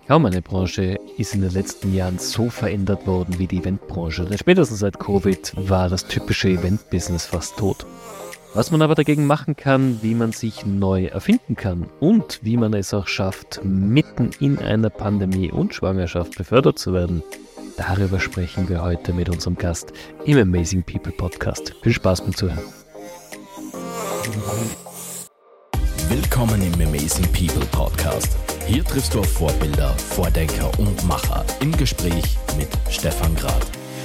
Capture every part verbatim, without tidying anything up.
Kaum eine Branche ist in den letzten Jahren so verändert worden wie die Eventbranche. Denn spätestens seit Covid war das typische Event-Business fast tot. Was man aber dagegen machen kann, wie man sich neu erfinden kann und wie man es auch schafft, mitten in einer Pandemie und Schwangerschaft befördert zu werden, darüber sprechen wir heute mit unserem Gast im Amazing People Podcast. Viel Spaß beim Zuhören. Willkommen im Amazing People Podcast. Hier triffst du auf Vorbilder, Vordenker und Macher im Gespräch mit Stefan Grad.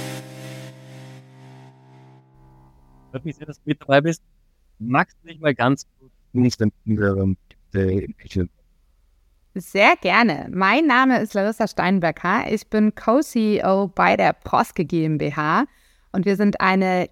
Freut mich sehr, dass du mit dabei bist. Magst du dich mal ganz kurz vorstellen? Sehr gerne. Mein Name ist Larissa Steinbecker. Ich bin Co-C E O bei der Proske GmbH und wir sind eine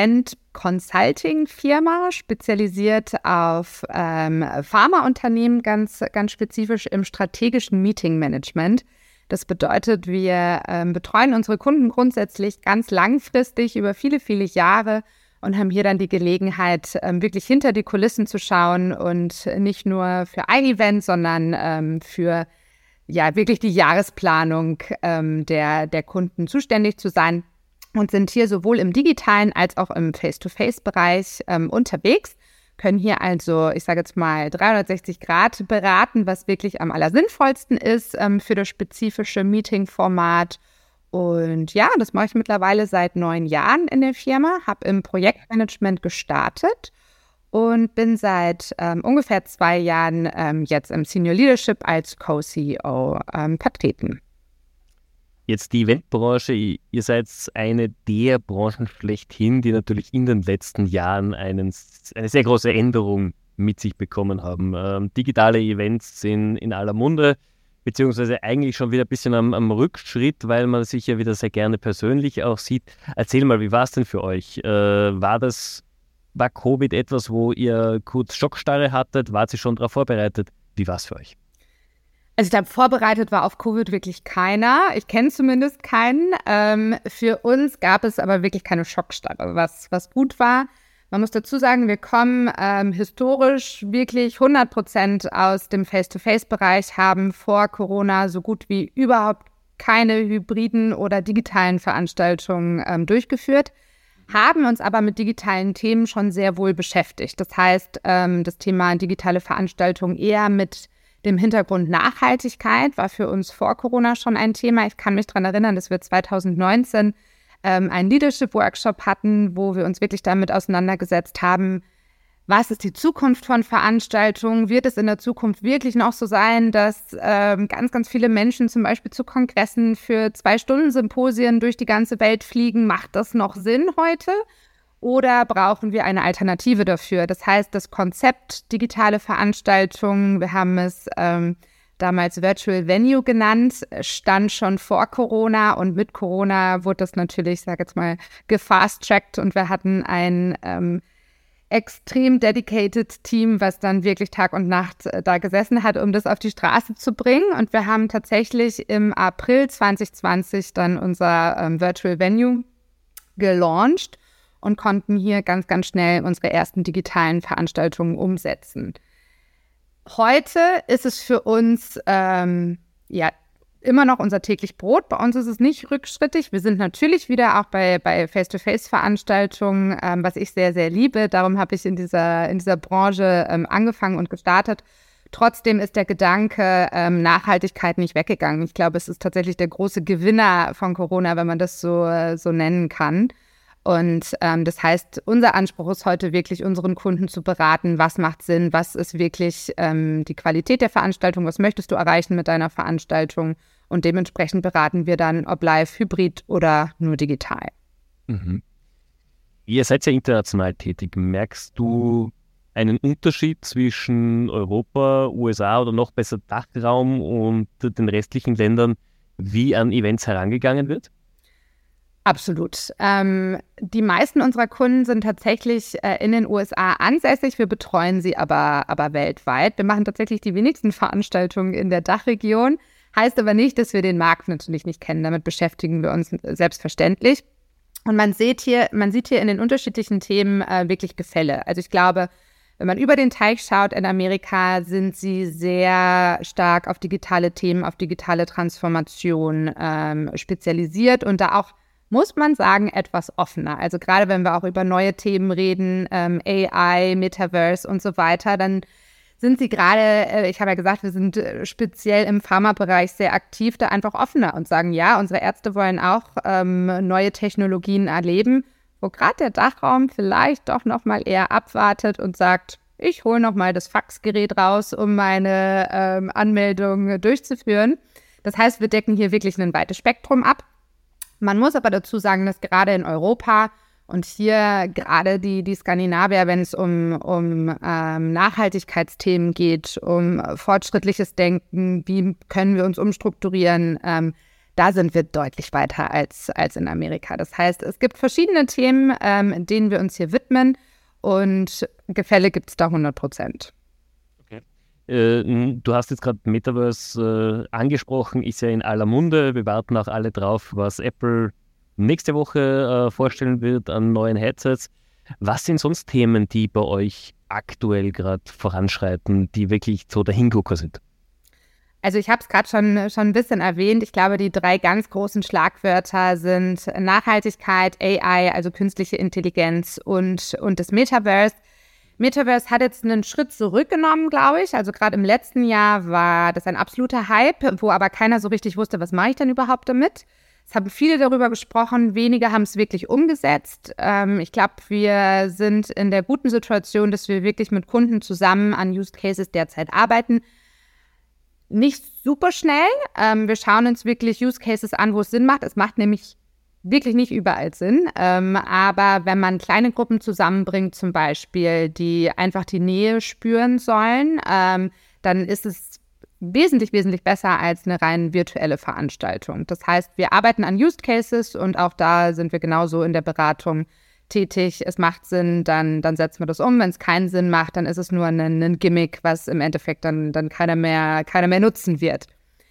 Event-Consulting-Firma, spezialisiert auf ähm, Pharmaunternehmen, ganz, ganz spezifisch im strategischen Meeting-Management. Das bedeutet, wir ähm, betreuen unsere Kunden grundsätzlich ganz langfristig über viele, viele Jahre und haben hier dann die Gelegenheit, ähm, wirklich hinter die Kulissen zu schauen und nicht nur für ein Event, sondern ähm, für ja wirklich die Jahresplanung ähm, der, der Kunden zuständig zu sein und sind hier sowohl im digitalen als auch im Face-to-Face-Bereich ähm, unterwegs, können hier also, ich sage jetzt mal, dreihundertsechzig Grad beraten, was wirklich am allersinnvollsten ist ähm, für das spezifische Meeting-Format. Und ja, das mache ich mittlerweile seit neun Jahren in der Firma, habe im Projektmanagement gestartet und bin seit ähm, ungefähr zwei Jahren ähm, jetzt im Senior Leadership als Co-C E O ähm, vertreten. Jetzt die Eventbranche, ihr seid eine der Branchen schlechthin, die natürlich in den letzten Jahren einen, eine sehr große Änderung mit sich bekommen haben. Ähm, digitale Events sind in aller Munde, beziehungsweise eigentlich schon wieder ein bisschen am, am Rückschritt, weil man sich ja wieder sehr gerne persönlich auch sieht. Erzähl mal, wie war es denn für euch? Äh, war das, war Covid etwas, wo ihr kurz Schockstarre hattet? Wart ihr schon darauf vorbereitet? Wie war es für euch? Also ich glaube, vorbereitet war auf Covid wirklich keiner. Ich kenne zumindest keinen. Ähm, für uns gab es aber wirklich keine Schockstarre, was, was gut war. Man muss dazu sagen, wir kommen ähm, historisch wirklich hundert Prozent aus dem Face-to-Face-Bereich, haben vor Corona so gut wie überhaupt keine hybriden oder digitalen Veranstaltungen ähm, durchgeführt, haben uns aber mit digitalen Themen schon sehr wohl beschäftigt. Das heißt, ähm, das Thema digitale Veranstaltungen eher mit dem Hintergrund Nachhaltigkeit war für uns vor Corona schon ein Thema. Ich kann mich daran erinnern, dass wir zwanzig neunzehn ähm, einen Leadership-Workshop hatten, wo wir uns wirklich damit auseinandergesetzt haben, was ist die Zukunft von Veranstaltungen? Wird es in der Zukunft wirklich noch so sein, dass ähm, ganz, ganz viele Menschen zum Beispiel zu Kongressen für zwei Stunden Symposien durch die ganze Welt fliegen? Macht das noch Sinn heute? Oder brauchen wir eine Alternative dafür? Das heißt, das Konzept digitale Veranstaltungen, wir haben es ähm, damals Virtual Venue genannt, stand schon vor Corona und mit Corona wurde das natürlich, ich sage jetzt mal, gefast-tracked und wir hatten ein ähm, extrem dedicated Team, was dann wirklich Tag und Nacht äh, da gesessen hat, um das auf die Straße zu bringen. Und wir haben tatsächlich im April zwanzig zwanzig dann unser ähm, Virtual Venue gelauncht und konnten hier ganz, ganz schnell unsere ersten digitalen Veranstaltungen umsetzen. Heute ist es für uns ähm, ja immer noch unser täglich Brot. Bei uns ist es nicht rückschrittig. Wir sind natürlich wieder auch bei, bei Face-to-Face-Veranstaltungen, ähm, was ich sehr, sehr liebe. Darum habe ich in dieser, in dieser Branche ähm, angefangen und gestartet. Trotzdem ist der Gedanke ähm, Nachhaltigkeit nicht weggegangen. Ich glaube, es ist tatsächlich der große Gewinner von Corona, wenn man das so, so nennen kann. Und ähm, das heißt, unser Anspruch ist heute wirklich, unseren Kunden zu beraten, was macht Sinn, was ist wirklich ähm, die Qualität der Veranstaltung, was möchtest du erreichen mit deiner Veranstaltung und dementsprechend beraten wir dann, ob live, hybrid oder nur digital. Mhm. Ihr seid ja international tätig. Merkst du einen Unterschied zwischen Europa, U S A oder noch besser Dachraum und den restlichen Ländern, wie an Events herangegangen wird? Absolut. Ähm, die meisten unserer Kunden sind tatsächlich äh, in den U S A ansässig. Wir betreuen sie aber, aber weltweit. Wir machen tatsächlich die wenigsten Veranstaltungen in der Dachregion. Heißt aber nicht, dass wir den Markt natürlich nicht kennen. Damit beschäftigen wir uns selbstverständlich. Und man sieht hier, man sieht hier in den unterschiedlichen Themen äh, wirklich Gefälle. Also ich glaube, Wenn man über den Teich schaut, in Amerika sind sie sehr stark auf digitale Themen, auf digitale Transformation ähm, spezialisiert und da auch, muss man sagen, etwas offener. Also gerade wenn wir auch über neue Themen reden, ähm, A I, Metaverse und so weiter, dann sind sie gerade, äh, ich habe ja gesagt, wir sind äh, speziell im Pharmabereich sehr aktiv, da einfach offener und sagen, ja, unsere Ärzte wollen auch ähm, neue Technologien erleben, wo gerade der Dachraum vielleicht doch noch mal eher abwartet und sagt, ich hole noch mal das Faxgerät raus, um meine ähm, Anmeldung durchzuführen. Das heißt, wir decken hier wirklich ein weites Spektrum ab. Man muss aber dazu sagen, dass gerade in Europa und hier gerade die, die Skandinavier, wenn es um, um ähm, Nachhaltigkeitsthemen geht, um fortschrittliches Denken, wie können wir uns umstrukturieren, ähm, da sind wir deutlich weiter als, als in Amerika. Das heißt, es gibt verschiedene Themen, ähm, denen wir uns hier widmen und Gefälle gibt es da hundert Prozent. Okay. Äh, du hast jetzt gerade Metaverse äh, angesprochen, ist ja in aller Munde. Wir warten auch alle drauf, was Apple nächste Woche äh, vorstellen wird an neuen Headsets. Was sind sonst Themen, die bei euch aktuell gerade voranschreiten, die wirklich so der Hingucker sind? Also ich habe es gerade schon, schon ein bisschen erwähnt. Ich glaube, die drei ganz großen Schlagwörter sind Nachhaltigkeit, A I, also künstliche Intelligenz und, und das Metaverse. Metaverse hat jetzt einen Schritt zurückgenommen, glaube ich. Also gerade im letzten Jahr war das ein absoluter Hype, wo aber keiner so richtig wusste, was mache ich denn überhaupt damit. Es haben viele darüber gesprochen, wenige haben es wirklich umgesetzt. Ähm, ich glaube, wir sind in der guten Situation, dass wir wirklich mit Kunden zusammen an Use Cases derzeit arbeiten. Nicht super schnell. Ähm, wir schauen uns wirklich Use Cases an, wo es Sinn macht. Es macht nämlich wirklich nicht überall Sinn. Ähm, aber wenn man kleine Gruppen zusammenbringt, zum Beispiel, die einfach die Nähe spüren sollen, ähm, dann ist es wesentlich, wesentlich besser als eine rein virtuelle Veranstaltung. Das heißt, wir arbeiten an Use Cases und auch da sind wir genauso in der Beratung tätig. Es macht Sinn, dann, dann setzen wir das um. Wenn es keinen Sinn macht, dann ist es nur ein, ein Gimmick, was im Endeffekt dann, dann keiner mehr, keiner mehr nutzen wird.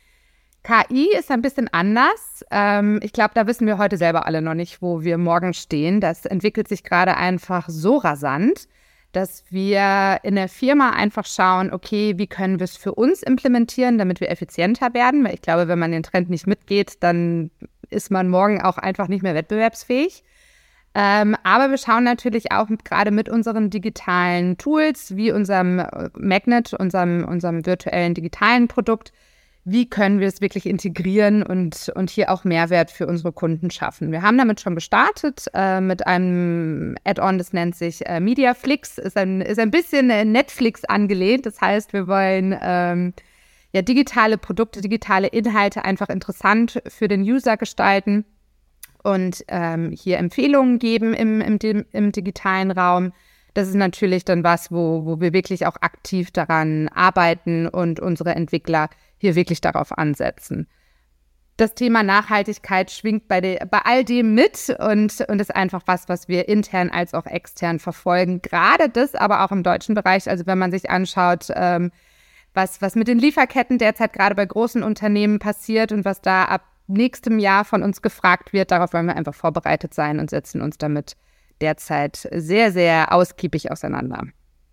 K I ist ein bisschen anders. Ähm, ich glaube, da wissen wir heute selber alle noch nicht, wo wir morgen stehen. Das entwickelt sich gerade einfach so rasant, dass wir in der Firma einfach schauen, okay, wie können wir es für uns implementieren, damit wir effizienter werden. Weil ich glaube, wenn man den Trend nicht mitgeht, dann ist man morgen auch einfach nicht mehr wettbewerbsfähig. Ähm, aber wir schauen natürlich auch mit, gerade mit unseren digitalen Tools, wie unserem Magnet, unserem, unserem virtuellen digitalen Produkt, wie können wir es wirklich integrieren und, und hier auch Mehrwert für unsere Kunden schaffen. Wir haben damit schon gestartet äh, mit einem Add-on, das nennt sich äh, MediaFlix, ist ein, ist ein bisschen Netflix angelehnt. Das heißt, wir wollen ähm, ja, digitale Produkte, digitale Inhalte einfach interessant für den User gestalten und ähm, hier Empfehlungen geben im, im, im digitalen Raum. Das ist natürlich dann was, wo, wo wir wirklich auch aktiv daran arbeiten und unsere Entwickler hier wirklich darauf ansetzen. Das Thema Nachhaltigkeit schwingt bei, de, bei all dem mit und, und ist einfach was, was wir intern als auch extern verfolgen. Gerade das aber auch im deutschen Bereich. Also wenn man sich anschaut, ähm, was, was mit den Lieferketten derzeit gerade bei großen Unternehmen passiert und was da ab nächstem Jahr von uns gefragt wird, darauf wollen wir einfach vorbereitet sein und setzen uns damit derzeit sehr, sehr ausgiebig auseinander.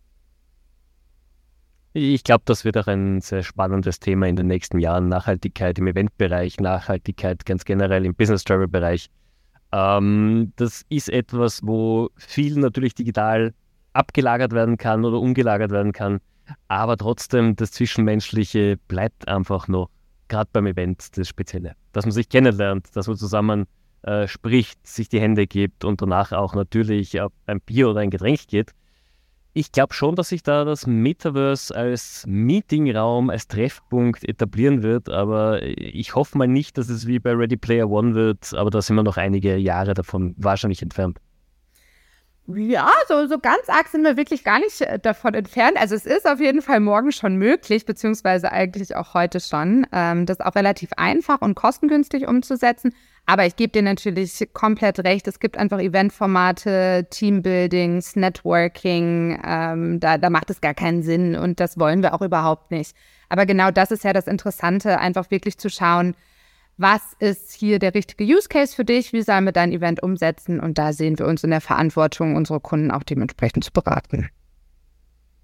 Ich glaube, das wird auch ein sehr spannendes Thema in den nächsten Jahren. Nachhaltigkeit im Eventbereich, Nachhaltigkeit ganz generell im Business-Travel-Bereich. Ähm, das ist etwas, wo viel natürlich digital abgelagert werden kann oder umgelagert werden kann, aber trotzdem das Zwischenmenschliche bleibt einfach noch, gerade beim Event, das Spezielle. Dass man sich kennenlernt, dass man zusammen äh, spricht, sich die Hände gibt und danach auch natürlich auf ein Bier oder ein Getränk geht. Ich glaube schon, dass sich da das Metaverse als Meetingraum, als Treffpunkt etablieren wird, aber ich hoffe mal nicht, dass es wie bei Ready Player One wird, aber da sind wir noch einige Jahre davon wahrscheinlich entfernt. Ja, so, so ganz arg sind wir wirklich gar nicht davon entfernt. Also es ist auf jeden Fall morgen schon möglich, beziehungsweise eigentlich auch heute schon, ähm, das auch relativ einfach und kostengünstig umzusetzen. Aber ich gebe dir natürlich komplett recht, es gibt einfach Eventformate, Teambuildings, Networking, ähm, da, da macht es gar keinen Sinn und das wollen wir auch überhaupt nicht. Aber genau das ist ja das Interessante, einfach wirklich zu schauen, was ist hier der richtige Use Case für dich, wie sollen wir dein Event umsetzen und da sehen wir uns in der Verantwortung, unsere Kunden auch dementsprechend zu beraten.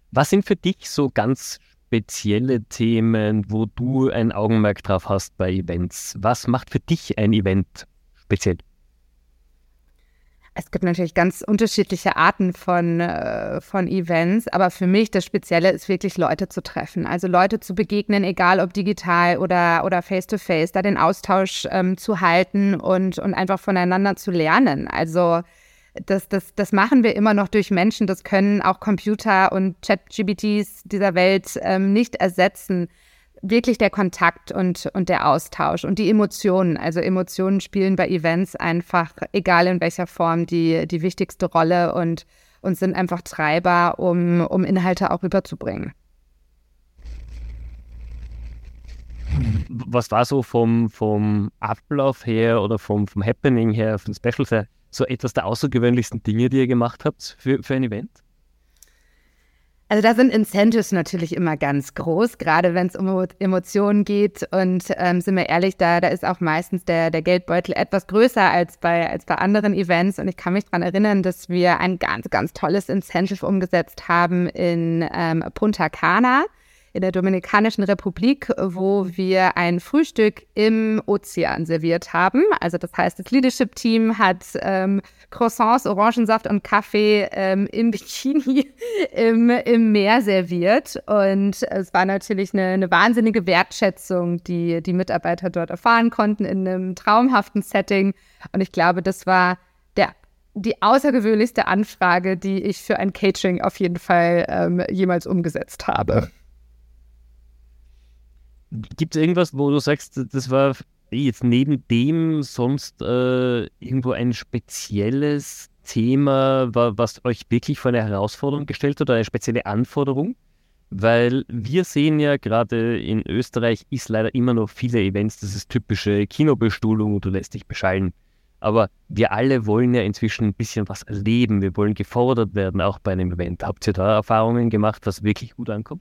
Was sind für dich so ganz spezielle Themen, wo du ein Augenmerk drauf hast bei Events? Was macht für dich ein Event speziell? Es gibt natürlich ganz unterschiedliche Arten von, äh, von Events, aber für mich das Spezielle ist wirklich Leute zu treffen, also Leute zu begegnen, egal ob digital oder, oder face-to-face, da den Austausch ähm, zu halten und, und einfach voneinander zu lernen. Also das, das, das machen wir immer noch durch Menschen, das können auch Computer und Chat-G P Ts dieser Welt ähm, nicht ersetzen. Wirklich der Kontakt und, und der Austausch und die Emotionen. Also Emotionen spielen bei Events einfach, egal in welcher Form, die, die wichtigste Rolle und, und sind einfach Treiber, um, um Inhalte auch rüberzubringen. Was war so vom, vom Ablauf her oder vom, vom Happening her, von Specials her, so etwas der außergewöhnlichsten Dinge, die ihr gemacht habt für, für ein Event? Also da sind Incentives natürlich immer ganz groß, gerade wenn es um Emotionen geht. Und ähm, sind wir ehrlich, da, da ist auch meistens der, der Geldbeutel etwas größer als bei, als bei anderen Events. Und ich kann mich daran erinnern, dass wir ein ganz, ganz tolles Incentive umgesetzt haben in ähm, Punta Cana in der Dominikanischen Republik, wo wir ein Frühstück im Ozean serviert haben. Also das heißt, das Leadership-Team hat ähm, Croissants, Orangensaft und Kaffee ähm, im Bikini im, im Meer serviert. Und es war natürlich eine, eine wahnsinnige Wertschätzung, die die Mitarbeiter dort erfahren konnten in einem traumhaften Setting. Und ich glaube, das war der die außergewöhnlichste Anfrage, die ich für ein Catering auf jeden Fall ähm, jemals umgesetzt habe. Gibt es irgendwas, wo du sagst, das war jetzt neben dem sonst äh, irgendwo ein spezielles Thema, was euch wirklich vor eine Herausforderung gestellt hat oder eine spezielle Anforderung? Weil wir sehen ja gerade in Österreich ist leider immer noch viele Events, das ist typische Kinobestuhlung und du lässt dich beschallen. Aber wir alle wollen ja inzwischen ein bisschen was erleben, wir wollen gefordert werden, auch bei einem Event. Habt ihr da Erfahrungen gemacht, was wirklich gut ankommt?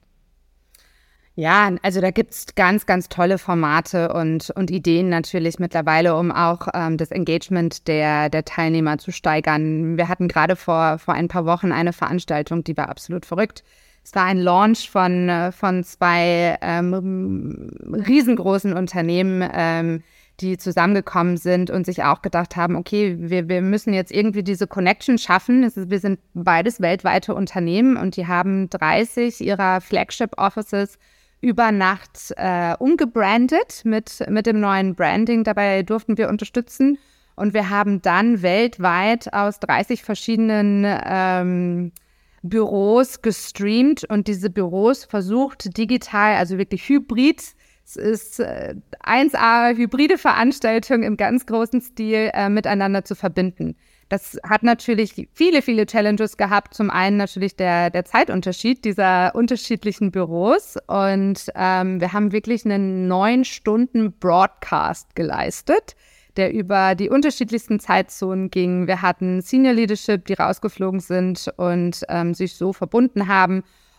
Ja, also da gibt's ganz, ganz tolle Formate und, und Ideen natürlich mittlerweile, um auch ähm, das Engagement der, der Teilnehmer zu steigern. Wir hatten gerade vor, vor ein paar Wochen eine Veranstaltung, die war absolut verrückt. Es war ein Launch von, von zwei ähm, riesengroßen Unternehmen, ähm, die zusammengekommen sind und sich auch gedacht haben, okay, wir, wir müssen jetzt irgendwie diese Connection schaffen. Es ist, wir sind beides weltweite Unternehmen und die haben dreißig ihrer Flagship-Offices über Nacht äh, umgebrandet mit, mit dem neuen Branding. Dabei durften wir unterstützen. Und wir haben dann weltweit aus dreißig verschiedenen ähm, Büros gestreamt und diese Büros versucht digital, also wirklich hybrid, es ist äh, eins A hybride Veranstaltung im ganz großen Stil äh, miteinander zu verbinden. Das hat natürlich viele, viele Challenges gehabt. Zum einen natürlich der, der Zeitunterschied dieser unterschiedlichen Büros. Und ähm, wir haben wirklich einen neun Stunden Broadcast geleistet, der über die unterschiedlichsten Zeitzonen ging. Wir hatten Senior Leadership, die rausgeflogen sind und ähm, sich so verbunden haben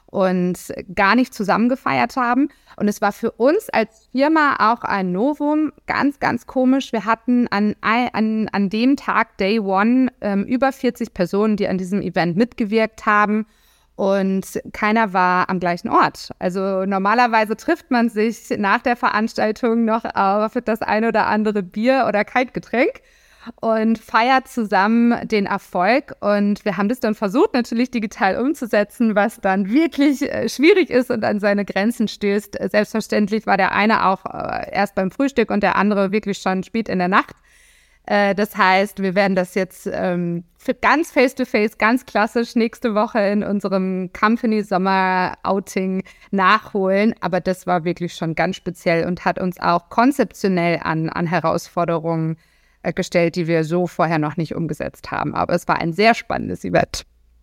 und gar nicht zusammen gefeiert haben. Und es war für uns als Firma auch ein Novum, ganz, ganz komisch. Wir hatten an, an, an dem Tag, Day One, ähm, über vierzig Personen, die an diesem Event mitgewirkt haben. Und keiner war am gleichen Ort. Also normalerweise trifft man sich nach der Veranstaltung noch auf das ein oder andere Bier oder Kaltgetränk und feiert zusammen den Erfolg. Und wir haben das dann versucht, natürlich digital umzusetzen, was dann wirklich äh, schwierig ist und an seine Grenzen stößt. Selbstverständlich war der eine auch äh, erst beim Frühstück und der andere wirklich schon spät in der Nacht. Äh, das heißt, wir werden das jetzt ähm, für ganz face-to-face, ganz klassisch nächste Woche in unserem Company-Sommer-Outing nachholen. Aber das war wirklich schon ganz speziell und hat uns auch konzeptionell an, an Herausforderungen gestellt, die wir so vorher noch nicht umgesetzt haben. Aber es war ein sehr spannendes Event.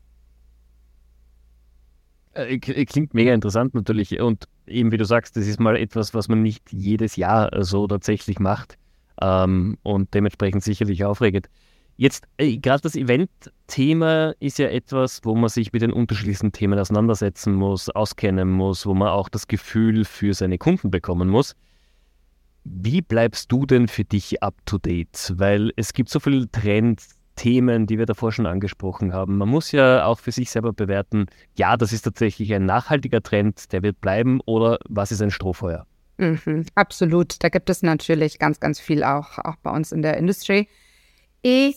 Äh, klingt mega interessant natürlich. Und eben wie du sagst, das ist mal etwas, was man nicht jedes Jahr so tatsächlich macht ähm, und dementsprechend sicherlich aufregend. Jetzt, äh, gerade das Event-Thema ist ja etwas, wo man sich mit den unterschiedlichsten Themen auseinandersetzen muss, auskennen muss, wo man auch das Gefühl für seine Kunden bekommen muss. Wie bleibst du denn für dich up to date? Weil es gibt so viele Trends, Themen, die wir davor schon angesprochen haben. Man muss ja auch für sich selber bewerten, ja, das ist tatsächlich ein nachhaltiger Trend, der wird bleiben, oder was ist ein Strohfeuer? Mhm, absolut. Da gibt es natürlich ganz, ganz viel auch, auch bei uns in der Industrie. Ich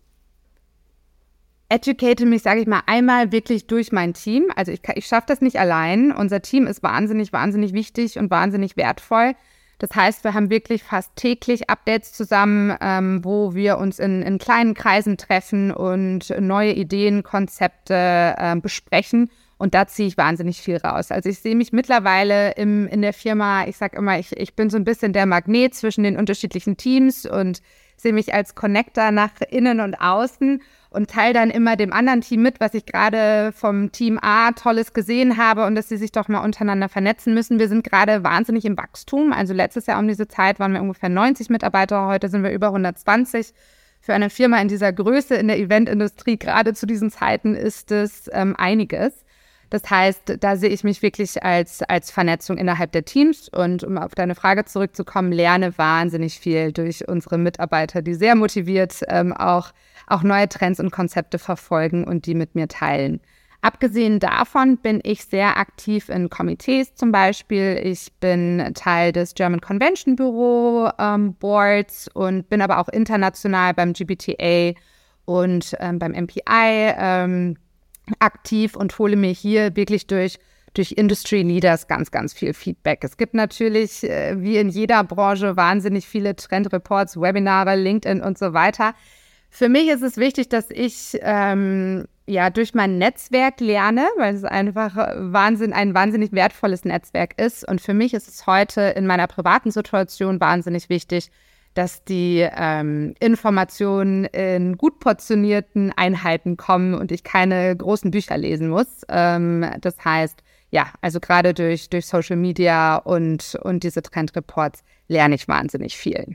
educate mich, sage ich mal, einmal wirklich durch mein Team. Also ich, ich schaffe das nicht allein. Unser Team ist wahnsinnig, wahnsinnig wichtig und wahnsinnig wertvoll. Das heißt, wir haben wirklich fast täglich Updates zusammen, ähm, wo wir uns in, in kleinen Kreisen treffen und neue Ideen, Konzepte äh, besprechen. Und da ziehe ich wahnsinnig viel raus. Also ich sehe mich mittlerweile im, in der Firma, ich sage immer, ich, ich bin so ein bisschen der Magnet zwischen den unterschiedlichen Teams und sehe mich als Connector nach innen und außen und teile dann immer dem anderen Team mit, was ich gerade vom Team A Tolles gesehen habe und dass sie sich doch mal untereinander vernetzen müssen. Wir sind gerade wahnsinnig im Wachstum. Also letztes Jahr um diese Zeit waren wir ungefähr neunzig Mitarbeiter, heute sind wir über hundertzwanzig. Für eine Firma in dieser Größe in der Eventindustrie, gerade zu diesen Zeiten, ist es ähm, einiges. Das heißt, da sehe ich mich wirklich als, als Vernetzung innerhalb der Teams. Und um auf deine Frage zurückzukommen, lerne wahnsinnig viel durch unsere Mitarbeiter, die sehr motiviert ähm, auch, auch neue Trends und Konzepte verfolgen und die mit mir teilen. Abgesehen davon bin ich sehr aktiv in Komitees zum Beispiel. Ich bin Teil des German Convention Bureau ähm, Boards und bin aber auch international beim G B T A und ähm, beim M P I ähm, aktiv und hole mir hier wirklich durch, durch Industry Leaders ganz, ganz viel Feedback. Es gibt natürlich, äh, wie in jeder Branche, wahnsinnig viele Trendreports, Webinare, LinkedIn und so weiter. Für mich ist es wichtig, dass ich ähm, ja durch mein Netzwerk lerne, weil es einfach Wahnsinn, ein wahnsinnig wertvolles Netzwerk ist. Und für mich ist es heute in meiner privaten Situation wahnsinnig wichtig, dass die ähm, Informationen in gut portionierten Einheiten kommen und ich keine großen Bücher lesen muss. Ähm, das heißt, ja, also gerade durch, durch Social Media und, und diese Trendreports lerne ich wahnsinnig viel.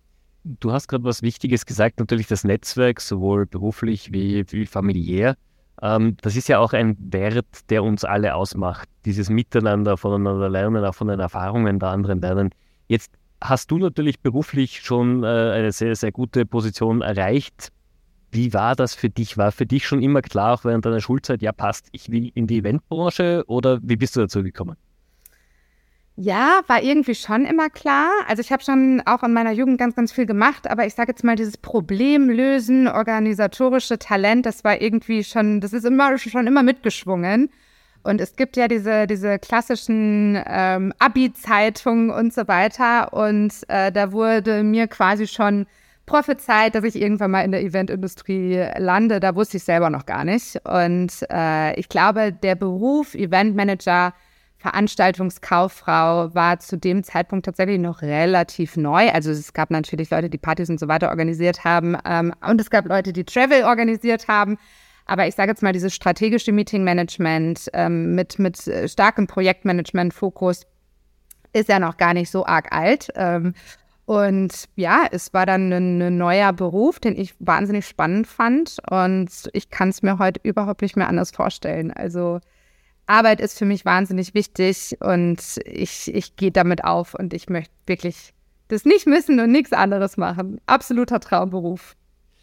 Du hast gerade was Wichtiges gesagt, natürlich das Netzwerk, sowohl beruflich wie, wie familiär. Ähm, das ist ja auch ein Wert, der uns alle ausmacht. Dieses Miteinander, voneinander lernen, auch von den Erfahrungen der anderen lernen. Jetzt hast du natürlich beruflich schon äh, eine sehr, sehr gute Position erreicht. Wie war das für dich? War für dich schon immer klar, auch während deiner Schulzeit, ja passt, ich will in die Eventbranche, oder wie bist du dazu gekommen? Ja, war irgendwie schon immer klar. Also ich habe schon auch in meiner Jugend ganz, ganz viel gemacht, aber ich sage jetzt mal, dieses Problemlösen, organisatorische Talent, das war irgendwie schon, das ist immer schon immer mitgeschwungen. Und es gibt ja diese, diese klassischen ähm, Abi-Zeitungen und so weiter. Und äh, da wurde mir quasi schon prophezeit, dass ich irgendwann mal in der Eventindustrie lande. Da wusste ich selber noch gar nicht. Und äh, ich glaube, der Beruf Eventmanager, Veranstaltungskauffrau war zu dem Zeitpunkt tatsächlich noch relativ neu. Also es gab natürlich Leute, die Partys und so weiter organisiert haben. Ähm, und es gab Leute, die Travel organisiert haben. Aber ich sage jetzt mal, dieses strategische Meetingmanagement ähm, mit, mit starkem Projektmanagement-Fokus ist ja noch gar nicht so arg alt. Ähm, und ja, es war dann ein, ein neuer Beruf, den ich wahnsinnig spannend fand. Und ich kann es mir heute überhaupt nicht mehr anders vorstellen. Also Arbeit ist für mich wahnsinnig wichtig und ich, ich gehe damit auf und ich möchte wirklich das nicht missen und nichts anderes machen. Absoluter Traumberuf.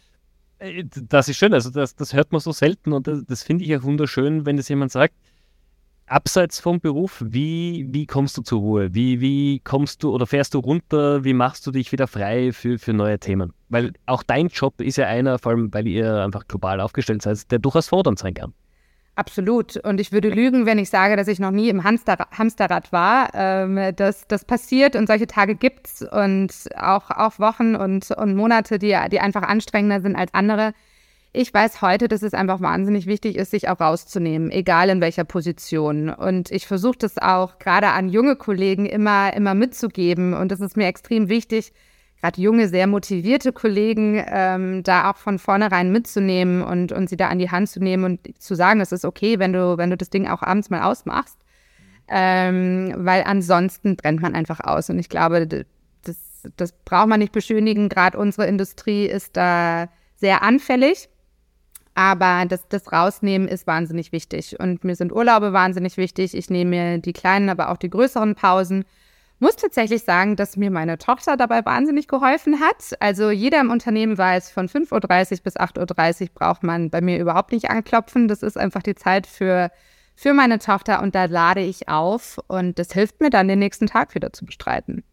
Das ist schön, also das, das hört man so selten und das, das finde ich auch wunderschön, wenn das jemand sagt. Abseits vom Beruf, wie, wie kommst du zur Ruhe? Wie, wie kommst du oder fährst du runter? Wie machst du dich wieder frei für, für neue Themen? Weil auch dein Job ist ja einer, vor allem weil ihr einfach global aufgestellt seid, der durchaus fordernd sein kann. Absolut. Und ich würde lügen, wenn ich sage, dass ich noch nie im Hamster, Hamsterrad war. Ähm, das, das passiert und solche Tage gibt's und auch, auch Wochen und, und Monate, die, die einfach anstrengender sind als andere. Ich weiß heute, dass es einfach wahnsinnig wichtig ist, sich auch rauszunehmen, egal in welcher Position. Und ich versuche das auch gerade an junge Kollegen immer, immer mitzugeben. Und das ist mir extrem wichtig, gerade junge, sehr motivierte Kollegen ähm, da auch von vornherein mitzunehmen und, und sie da an die Hand zu nehmen und zu sagen, es ist okay, wenn du, wenn du das Ding auch abends mal ausmachst, ähm, weil ansonsten brennt man einfach aus. Und ich glaube, das, das braucht man nicht beschönigen. Gerade unsere Industrie ist da sehr anfällig, aber das, das Rausnehmen ist wahnsinnig wichtig. Und mir sind Urlaube wahnsinnig wichtig. Ich nehme mir die kleinen, aber auch die größeren Pausen. Muss tatsächlich sagen, dass mir meine Tochter dabei wahnsinnig geholfen hat. Also jeder im Unternehmen weiß, von fünf Uhr dreißig bis acht Uhr dreißig braucht man bei mir überhaupt nicht anklopfen. Das ist einfach die Zeit für, für meine Tochter und da lade ich auf und das hilft mir dann, den nächsten Tag wieder zu bestreiten.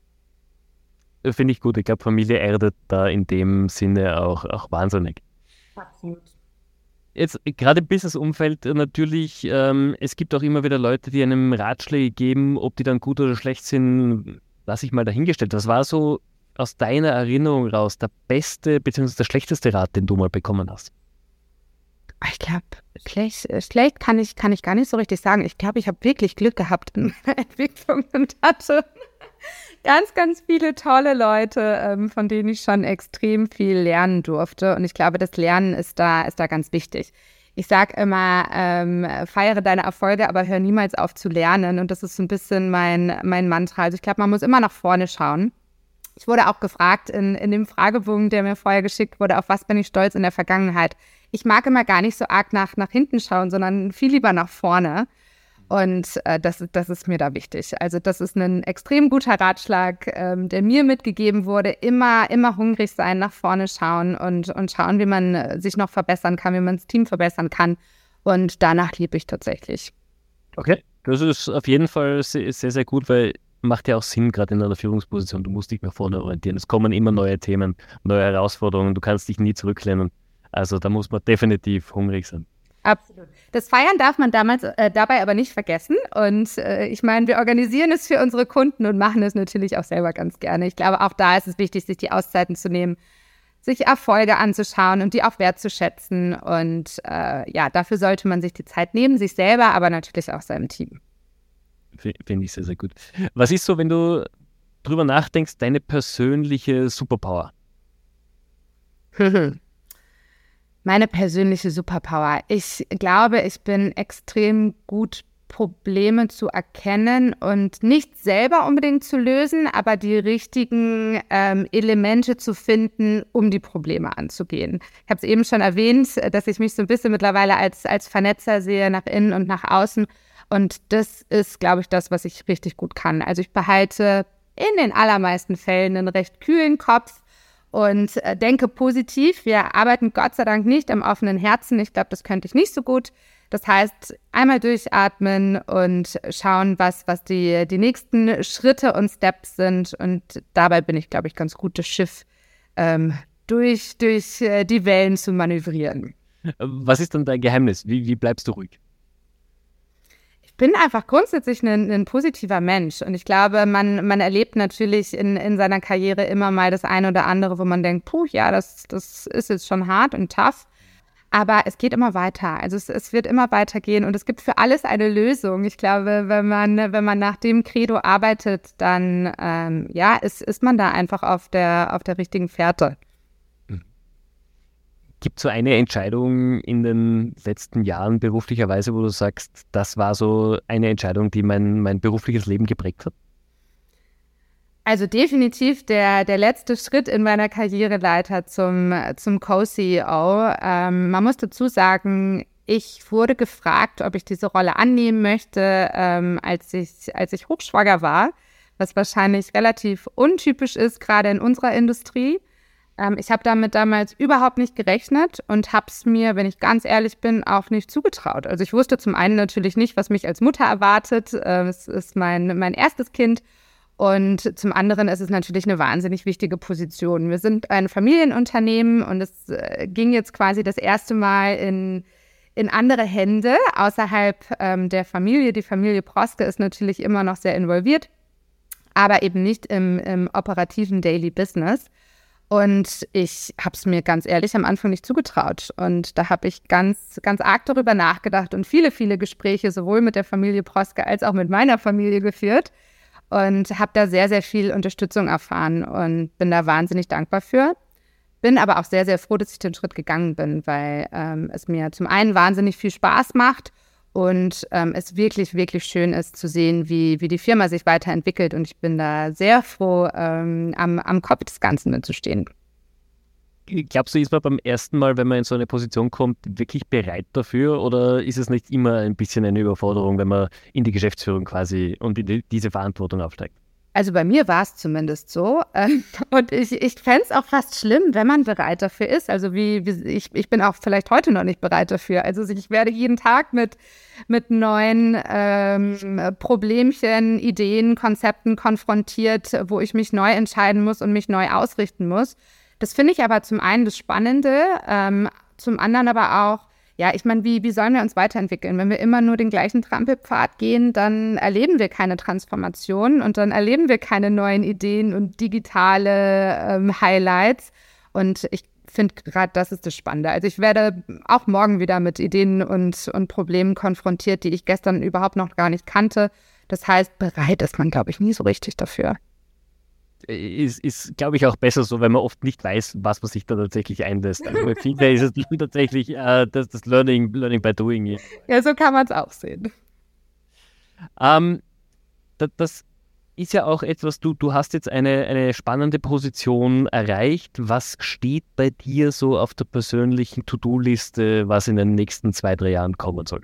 Finde ich gut. Ich glaube, Familie erdet da in dem Sinne auch, auch wahnsinnig. Absolut. Jetzt gerade im Business-Umfeld natürlich, ähm, es gibt auch immer wieder Leute, die einem Ratschläge geben, ob die dann gut oder schlecht sind, lasse ich mal dahingestellt. Was war so aus deiner Erinnerung raus der beste bzw. der schlechteste Rat, den du mal bekommen hast? Ich glaube, schlecht, schlecht kann ich, kann ich gar nicht so richtig sagen. Ich glaube, ich habe wirklich Glück gehabt in meiner Entwicklung und hatte ganz, ganz viele tolle Leute, ähm, von denen ich schon extrem viel lernen durfte. Und ich glaube, das Lernen ist da, ist da ganz wichtig. Ich sage immer, ähm, feiere deine Erfolge, aber hör niemals auf zu lernen. Und das ist so ein bisschen mein, mein Mantra. Also ich glaube, man muss immer nach vorne schauen. Ich wurde auch gefragt in, in dem Fragebogen, der mir vorher geschickt wurde, auf was bin ich stolz in der Vergangenheit. Ich mag immer gar nicht so arg nach, nach hinten schauen, sondern viel lieber nach vorne. Und äh, das, das ist mir da wichtig. Also das ist ein extrem guter Ratschlag, ähm, der mir mitgegeben wurde. Immer, immer hungrig sein, nach vorne schauen und, und schauen, wie man äh, sich noch verbessern kann, wie man das Team verbessern kann. Und danach liebe ich tatsächlich. Okay, das ist auf jeden Fall sehr, sehr, sehr gut, weil macht ja auch Sinn, gerade in einer Führungsposition. Du musst dich nach vorne orientieren. Es kommen immer neue Themen, neue Herausforderungen. Du kannst dich nie zurücklehnen. Also da muss man definitiv hungrig sein. Absolut. Das Feiern darf man damals, äh, dabei aber nicht vergessen. Und äh, ich meine, wir organisieren es für unsere Kunden und machen es natürlich auch selber ganz gerne. Ich glaube, auch da ist es wichtig, sich die Auszeiten zu nehmen, sich Erfolge anzuschauen und die auch wertzuschätzen. Und äh, ja, dafür sollte man sich die Zeit nehmen, sich selber, aber natürlich auch seinem Team. Finde ich sehr, sehr gut. Was ist so, wenn du drüber nachdenkst, deine persönliche Superpower? Meine persönliche Superpower. Ich glaube, ich bin extrem gut, Probleme zu erkennen und nicht selber unbedingt zu lösen, aber die richtigen ähm, Elemente zu finden, um die Probleme anzugehen. Ich habe es eben schon erwähnt, dass ich mich so ein bisschen mittlerweile als, als Vernetzer sehe, nach innen und nach außen. Und das ist, glaube ich, das, was ich richtig gut kann. Also ich behalte in den allermeisten Fällen einen recht kühlen Kopf und äh, denke positiv. Wir arbeiten Gott sei Dank nicht im offenen Herzen. Ich glaube, das könnte ich nicht so gut. Das heißt, einmal durchatmen und schauen, was, was die, die nächsten Schritte und Steps sind. Und dabei bin ich, glaube ich, ganz gut, das Schiff ähm, durch, durch äh, die Wellen zu manövrieren. Was ist dann dein Geheimnis? Wie, wie bleibst du ruhig? Ich bin einfach grundsätzlich ein, ein positiver Mensch und ich glaube, man, man erlebt natürlich in, in seiner Karriere immer mal das eine oder andere, wo man denkt, puh, ja, das, das ist jetzt schon hart und tough, aber es geht immer weiter. Also es, es wird immer weitergehen und es gibt für alles eine Lösung. Ich glaube, wenn man, wenn man nach dem Credo arbeitet, dann ähm, ja, ist, ist man da einfach auf der, auf der richtigen Fährte. Gibt es so eine Entscheidung in den letzten Jahren beruflicherweise, wo du sagst, das war so eine Entscheidung, die mein, mein berufliches Leben geprägt hat? Also definitiv der, der letzte Schritt in meiner Karriereleiter zum, zum Co-C E O. Ähm, man muss dazu sagen, ich wurde gefragt, ob ich diese Rolle annehmen möchte, ähm, als ich, als ich hochschwanger war, was wahrscheinlich relativ untypisch ist, gerade in unserer Industrie. Ich habe damit damals überhaupt nicht gerechnet und habe es mir, wenn ich ganz ehrlich bin, auch nicht zugetraut. Also ich wusste zum einen natürlich nicht, was mich als Mutter erwartet. Es ist mein, mein erstes Kind und zum anderen ist es natürlich eine wahnsinnig wichtige Position. Wir sind ein Familienunternehmen und es ging jetzt quasi das erste Mal in, in andere Hände außerhalb ähm, der Familie. Die Familie Proske ist natürlich immer noch sehr involviert, aber eben nicht im, im operativen Daily Business. Und ich habe es mir ganz ehrlich am Anfang nicht zugetraut. Und da habe ich ganz, ganz arg darüber nachgedacht und viele, viele Gespräche sowohl mit der Familie Proske als auch mit meiner Familie geführt und habe da sehr, sehr viel Unterstützung erfahren und bin da wahnsinnig dankbar für. Bin aber auch sehr, sehr froh, dass ich den Schritt gegangen bin, weil ähm, es mir zum einen wahnsinnig viel Spaß macht und ähm, es wirklich, wirklich schön ist zu sehen, wie, wie die Firma sich weiterentwickelt. Und ich bin da sehr froh, ähm, am, am Kopf des Ganzen mitzustehen. Glaubst du, ist man beim ersten Mal, wenn man in so eine Position kommt, wirklich bereit dafür? Oder ist es nicht immer ein bisschen eine Überforderung, wenn man in die Geschäftsführung quasi und in die, diese Verantwortung aufsteigt? Also bei mir war es zumindest so. Und ich, ich fände es auch fast schlimm, wenn man bereit dafür ist. Also wie, wie ich, ich bin auch vielleicht heute noch nicht bereit dafür. Also ich werde jeden Tag mit, mit neuen ähm, Problemchen, Ideen, Konzepten konfrontiert, wo ich mich neu entscheiden muss und mich neu ausrichten muss. Das finde ich aber zum einen das Spannende, ähm, zum anderen aber auch, ja, ich meine, wie, wie sollen wir uns weiterentwickeln? Wenn wir immer nur den gleichen Trampelpfad gehen, dann erleben wir keine Transformation und dann erleben wir keine neuen Ideen und digitale ähm, Highlights. Und ich finde gerade, das ist das Spannende. Also ich werde auch morgen wieder mit Ideen und, und Problemen konfrontiert, die ich gestern überhaupt noch gar nicht kannte. Das heißt, bereit ist man, glaube ich, nie so richtig dafür. Ist, ist glaube ich, auch besser so, weil man oft nicht weiß, was man sich da tatsächlich einlässt. Also bei vielen ist es tatsächlich äh, das, das Learning, Learning by Doing. Ja, so kann man es auch sehen. Ähm, das, das ist ja auch etwas, du, du hast jetzt eine, eine spannende Position erreicht. Was steht bei dir so auf der persönlichen To-Do-Liste, was in den nächsten zwei, drei Jahren kommen soll?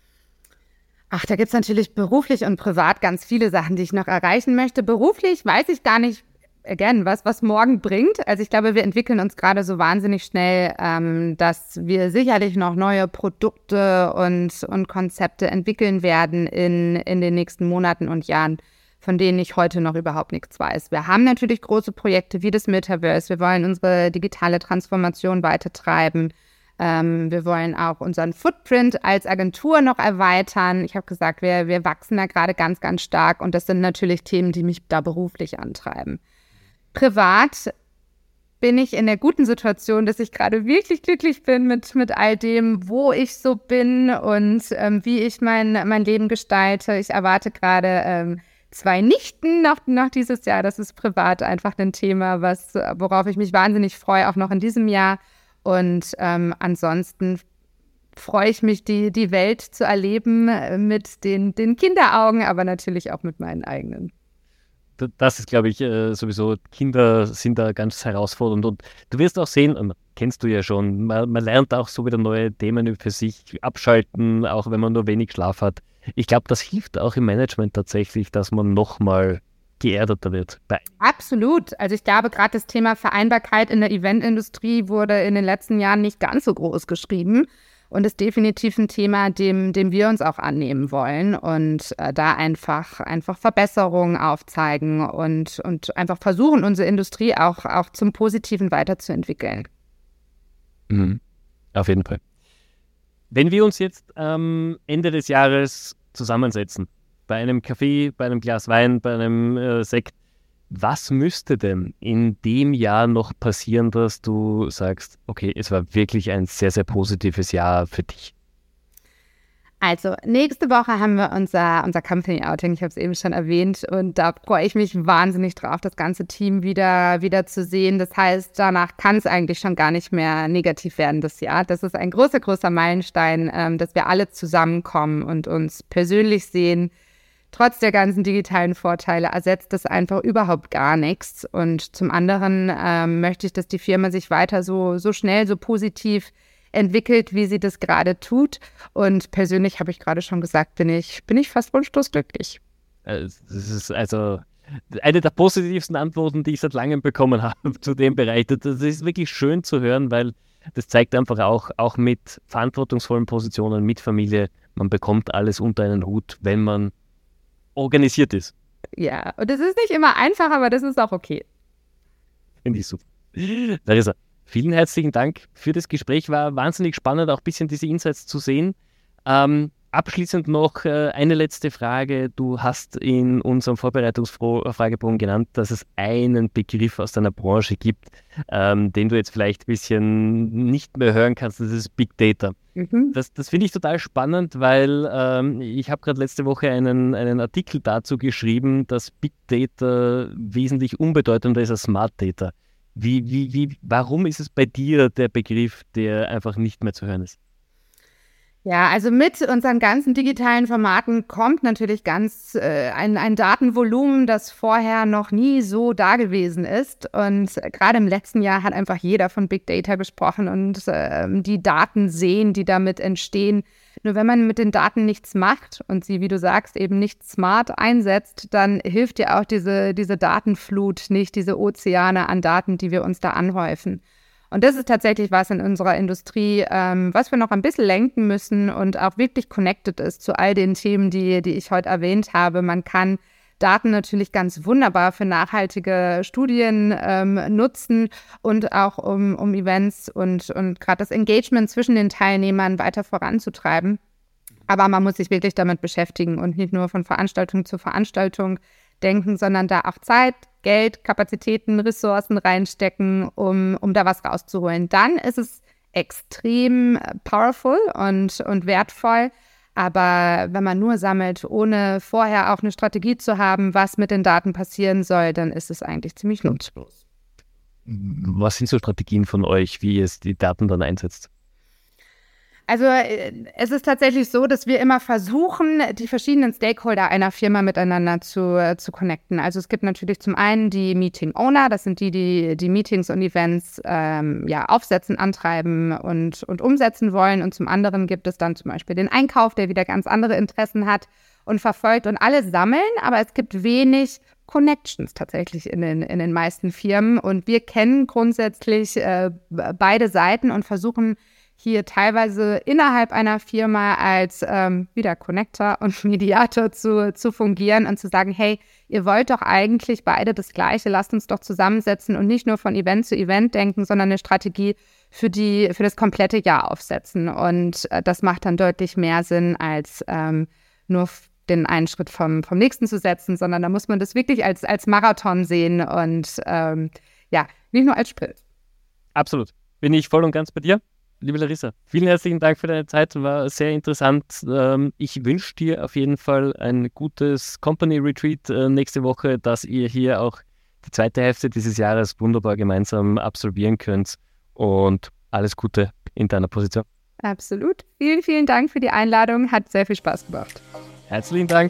Ach, da gibt es natürlich beruflich und privat ganz viele Sachen, die ich noch erreichen möchte. Beruflich weiß ich gar nicht, again, was, was morgen bringt. Also ich glaube, wir entwickeln uns gerade so wahnsinnig schnell, ähm, dass wir sicherlich noch neue Produkte und, und Konzepte entwickeln werden in, in den nächsten Monaten und Jahren, von denen ich heute noch überhaupt nichts weiß. Wir haben natürlich große Projekte wie das Metaverse. Wir wollen unsere digitale Transformation weitertreiben. Ähm, wir wollen auch unseren Footprint als Agentur noch erweitern. Ich habe gesagt, wir, wir wachsen da gerade ganz, ganz stark und das sind natürlich Themen, die mich da beruflich antreiben. Privat bin ich in der guten Situation, dass ich gerade wirklich glücklich bin mit, mit all dem, wo ich so bin und ähm, wie ich mein, mein Leben gestalte. Ich erwarte gerade ähm, zwei Nichten noch, noch dieses Jahr. Das ist privat einfach ein Thema, was, worauf ich mich wahnsinnig freue, auch noch in diesem Jahr. Und ähm, ansonsten freue ich mich, die, die Welt zu erleben mit den, den Kinderaugen, aber natürlich auch mit meinen eigenen. Das ist, glaube ich, sowieso, Kinder sind da ganz herausfordernd. Und du wirst auch sehen, kennst du ja schon, man, man lernt auch so wieder neue Themen für sich abschalten, auch wenn man nur wenig Schlaf hat. Ich glaube, das hilft auch im Management tatsächlich, dass man nochmal geerdeter wird. Absolut. Also ich glaube, gerade das Thema Vereinbarkeit in der Eventindustrie wurde in den letzten Jahren nicht ganz so groß geschrieben und ist definitiv ein Thema, dem, dem wir uns auch annehmen wollen und äh, da einfach, einfach Verbesserungen aufzeigen und, und einfach versuchen, unsere Industrie auch, auch zum Positiven weiterzuentwickeln. Mhm. Auf jeden Fall. Wenn wir uns jetzt am Ende des Jahres zusammensetzen, bei einem Kaffee, bei einem Glas Wein, bei einem äh, Sekt. Was müsste denn in dem Jahr noch passieren, dass du sagst, okay, es war wirklich ein sehr, sehr positives Jahr für dich? Also, nächste Woche haben wir unser, unser Company-Outing, ich habe es eben schon erwähnt, und da freue ich mich wahnsinnig drauf, das ganze Team wieder, wieder zu sehen. Das heißt, danach kann es eigentlich schon gar nicht mehr negativ werden, das Jahr. Das ist ein großer, großer Meilenstein, ähm, dass wir alle zusammenkommen und uns persönlich sehen. Trotz der ganzen digitalen Vorteile ersetzt das einfach überhaupt gar nichts. Und zum anderen ähm, möchte ich, dass die Firma sich weiter so, so schnell, so positiv entwickelt, wie sie das gerade tut. Und persönlich, habe ich gerade schon gesagt, bin ich, bin ich fast wunschlos glücklich. Das ist also eine der positivsten Antworten, die ich seit langem bekommen habe zu dem Bereich. Das ist wirklich schön zu hören, weil das zeigt einfach auch, auch mit verantwortungsvollen Positionen, mit Familie, man bekommt alles unter einen Hut, wenn man organisiert ist. Ja, und das ist nicht immer einfach, aber das ist auch okay. Finde ich super. Larissa, vielen herzlichen Dank für das Gespräch. War wahnsinnig spannend, auch ein bisschen diese Insights zu sehen. Ähm, abschließend noch äh, eine letzte Frage. Du hast in unserem Vorbereitungsfragebogen genannt, dass es einen Begriff aus deiner Branche gibt, ähm, den du jetzt vielleicht ein bisschen nicht mehr hören kannst. Das ist Big Data. Mhm. Das, das finde ich total spannend, weil ähm, ich habe gerade letzte Woche einen, einen Artikel dazu geschrieben, dass Big Data wesentlich unbedeutender ist als Smart Data. Wie, wie, wie, warum ist es bei dir der Begriff, der einfach nicht mehr zu hören ist? Ja, also mit unseren ganzen digitalen Formaten kommt natürlich ganz äh, ein, ein Datenvolumen, das vorher noch nie so da gewesen ist. Und gerade im letzten Jahr hat einfach jeder von Big Data gesprochen und äh, die Daten sehen, die damit entstehen. Nur wenn man mit den Daten nichts macht und sie, wie du sagst, eben nicht smart einsetzt, dann hilft dir auch diese, diese Datenflut nicht, diese Ozeane an Daten, die wir uns da anhäufen. Und das ist tatsächlich was in unserer Industrie, ähm, was wir noch ein bisschen lenken müssen und auch wirklich connected ist zu all den Themen, die, die ich heute erwähnt habe. Man kann Daten natürlich ganz wunderbar für nachhaltige Studien ähm, nutzen und auch um, um Events und, und gerade das Engagement zwischen den Teilnehmern weiter voranzutreiben. Aber man muss sich wirklich damit beschäftigen und nicht nur von Veranstaltung zu Veranstaltung denken, sondern da auch Zeit, Geld, Kapazitäten, Ressourcen reinstecken, um, um da was rauszuholen. Dann ist es extrem powerful und, und wertvoll. Aber wenn man nur sammelt, ohne vorher auch eine Strategie zu haben, was mit den Daten passieren soll, dann ist es eigentlich ziemlich nutzlos. Was sind so Strategien von euch, wie ihr die Daten dann einsetzt? Also es ist tatsächlich so, dass wir immer versuchen, die verschiedenen Stakeholder einer Firma miteinander zu, zu connecten. Also es gibt natürlich zum einen die Meeting-Owner, das sind die, die die Meetings und Events ähm, ja, aufsetzen, antreiben und, und umsetzen wollen. Und zum anderen gibt es dann zum Beispiel den Einkauf, der wieder ganz andere Interessen hat und verfolgt. Und alle sammeln, aber es gibt wenig Connections tatsächlich in den, in den meisten Firmen. Und wir kennen grundsätzlich äh, beide Seiten und versuchen hier teilweise innerhalb einer Firma als ähm, wieder Connector und Mediator zu, zu fungieren und zu sagen, hey, ihr wollt doch eigentlich beide das Gleiche, lasst uns doch zusammensetzen und nicht nur von Event zu Event denken, sondern eine Strategie für, die, für das komplette Jahr aufsetzen. Und äh, das macht dann deutlich mehr Sinn, als ähm, nur den einen Schritt vom, vom nächsten zu setzen, sondern da muss man das wirklich als, als Marathon sehen und ähm, ja, nicht nur als Sprint. Absolut. Bin ich voll und ganz bei dir. Liebe Larissa, vielen herzlichen Dank für deine Zeit, war sehr interessant. Ich wünsche dir auf jeden Fall ein gutes Company Retreat nächste Woche, dass ihr hier auch die zweite Hälfte dieses Jahres wunderbar gemeinsam absolvieren könnt und alles Gute in deiner Position. Absolut. Vielen, vielen Dank für die Einladung, hat sehr viel Spaß gemacht. Herzlichen Dank.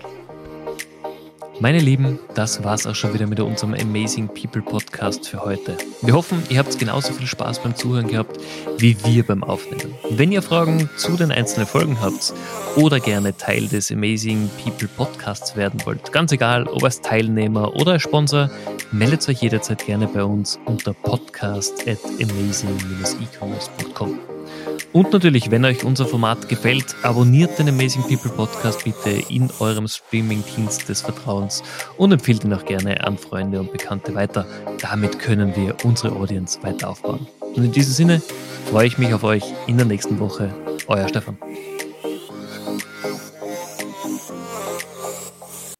Meine Lieben, das war's auch schon wieder mit unserem Amazing People Podcast für heute. Wir hoffen, ihr habt genauso viel Spaß beim Zuhören gehabt, wie wir beim Aufnehmen. Wenn ihr Fragen zu den einzelnen Folgen habt oder gerne Teil des Amazing People Podcasts werden wollt, ganz egal, ob als Teilnehmer oder als Sponsor, meldet euch jederzeit gerne bei uns unter podcast at amazing dash ecommerce dot com. Und natürlich, wenn euch unser Format gefällt, abonniert den Amazing People Podcast bitte in eurem Streaming-Dienst des Vertrauens und empfehlt ihn auch gerne an Freunde und Bekannte weiter. Damit können wir unsere Audience weiter aufbauen. Und in diesem Sinne freue ich mich auf euch in der nächsten Woche. Euer Stefan.